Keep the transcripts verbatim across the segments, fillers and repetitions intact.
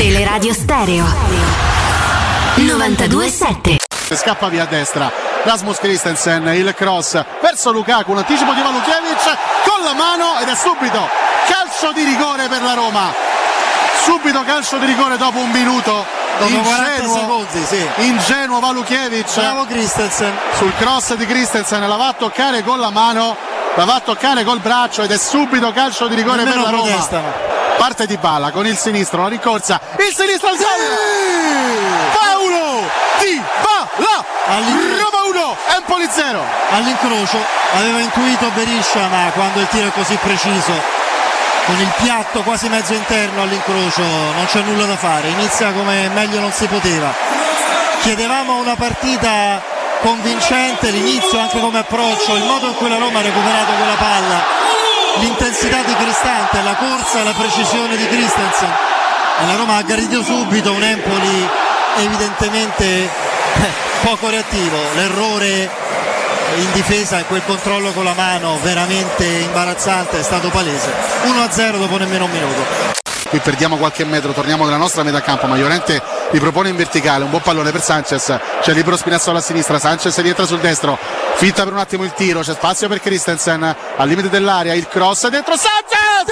Teleradio Stereo novantadue sette. Scappa via a destra Rasmus Christensen, il cross verso Lukaku, un anticipo di Walukiewicz con la mano ed è subito calcio di rigore per la Roma. Subito calcio di rigore dopo un minuto. Dopo quaranta secondi, sì. Ingenuo Walukiewicz. Bravo Christensen. Sul cross di Christensen la va a toccare con la mano, la va a toccare col braccio ed è subito calcio di rigore nemmeno per la Roma. protestano. Parte Dybala con il sinistro, la rincorsa, il sinistro al gol. Sì! Paolo Dybala. Roma uno, Empoli zero. All'incrocio aveva intuito Beriscia, ma quando il tiro è così preciso, con il piatto quasi mezzo interno all'incrocio, non c'è nulla da fare, inizia come meglio non si poteva. Chiedevamo una partita convincente, l'inizio anche come approccio, il modo in cui la Roma ha recuperato quella palla, l'intensità di Cristante, la corsa e la precisione di Christensen, e la Roma ha aggredito subito un Empoli evidentemente eh, poco reattivo. L'errore in difesa e quel controllo con la mano veramente imbarazzante è stato palese. Uno a zero dopo nemmeno un minuto. Qui perdiamo qualche metro, torniamo nella nostra metà campo, ma Llorente li propone in verticale, un buon pallone per Sanchez, c'è libero Spinazzola a sinistra, Sanchez rientra sul destro, finta per un attimo il tiro, c'è spazio per Christensen al limite dell'area, il cross dentro Sanchez!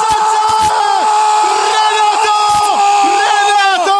Renato!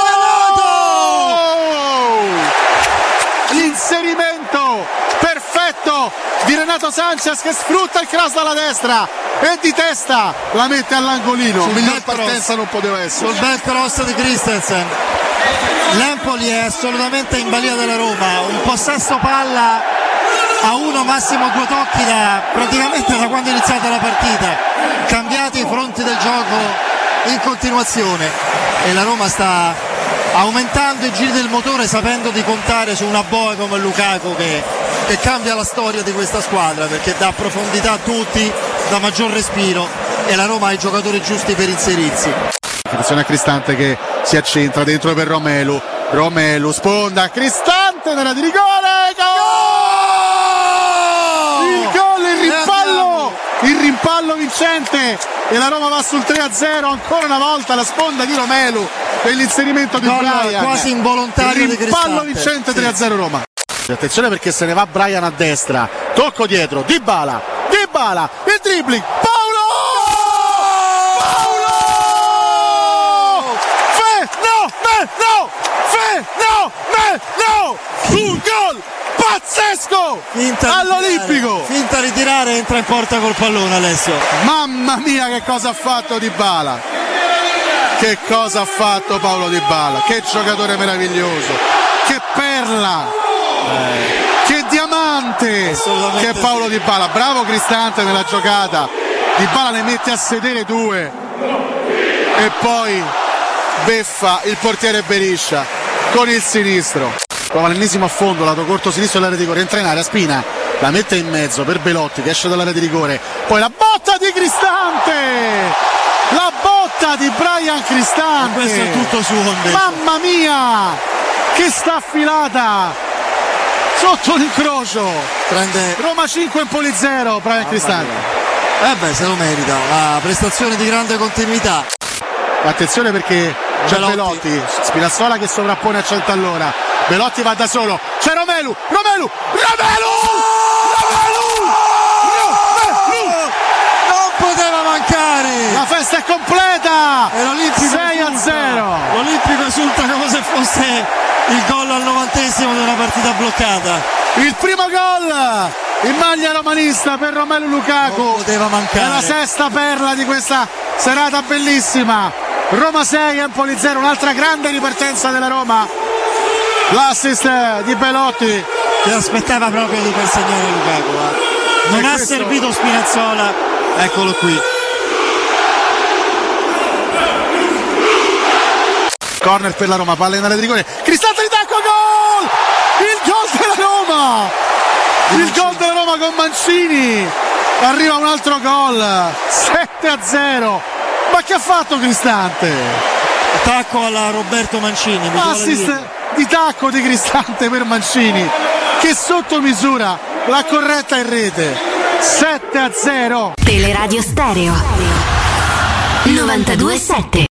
Renato! L'inserimento perfetto di Renato Sanchez che sfrutta il cross dalla destra e di testa la mette all'angolino. Miglior partenza non poteva essere. Sul bel cross di Christensen. L'Empoli è assolutamente in balia della Roma, un possesso palla a uno, massimo due tocchi da praticamente da quando è iniziata la partita, cambiati i fronti del gioco in continuazione, e la Roma sta aumentando i giri del motore sapendo di contare su una boa come Lukaku che, che cambia la storia di questa squadra, perché dà profondità a tutti, dà maggior respiro, e la Roma ha i giocatori giusti per inserirsi. Attenzione a Cristante che si accentra dentro per Romelu, Romelu sponda, Cristante nella di rigore, gol! Il gol, il rimpallo, il rimpallo vincente e la Roma va sul tre a zero, ancora una volta la sponda di Romelu per l'inserimento di Brian, quasi involontario di Cristante. Rimpallo vincente, sì. tre a zero Roma. Attenzione perché se ne va Brian a destra, tocco dietro, Dybala, Dybala, il dribbling, Paolo! Paolo! Fe, no, me, no, fe, no, me, no! Un gol pazzesco finta all'Olimpico! Finta a ritirare, entra in porta col pallone Alessio. Mamma mia che cosa ha fatto Dybala! Che cosa ha fatto Paolo Dybala? Che giocatore meraviglioso! Che perla! Eh. Che diamante che è Paolo Dybala, bravo Cristante nella giocata, Dybala ne mette a sedere due e poi beffa il portiere Beriscia con il sinistro, prova l'ennesimo affondo, lato corto sinistro dell'area di rigore, entra in area, Spina la mette in mezzo per Belotti che esce dall'area di rigore, poi la botta di Cristante, la botta di Brian Cristante, e questo è tutto suo invece. Mamma mia che sta affilata sotto l'incrocio, prende Roma cinque Empoli zero, Brian Cristante. Eh beh, se lo merita, la prestazione di grande continuità. Attenzione perché c'è Belotti, Belotti Spinazzola che sovrappone a cento all'ora, Belotti va da solo, c'è Romelu, Romelu, Romelu! Romelu! Romelu! Non poteva mancare! La festa è completa! E l'Olimpico sei a zero! L'Olimpico esulta come se fosse il gol al novantesimo di una partita bloccata. Il primo gol in maglia romanista per Romelu Lukaku. Non poteva mancare. È la sesta perla di questa serata bellissima. Roma sei, Empoli zero, un'altra grande ripartenza della Roma. L'assist di Belotti che aspettava proprio di per segnare Lukaku. Eh. Non e ha questo... servito Spinazzola. Eccolo qui. Corner per la Roma, palla in area di rigore, Cristante di tacco, gol! Il gol della Roma! Il gol della Roma con Mancini! Arriva un altro gol, sette a zero! Ma che ha fatto Cristante? Tacco alla Roberto Mancini. Assist di tacco di Cristante per Mancini, che sotto misura l'ha corretta in rete. sette a zero. Teleradio Stereo novantadue sette.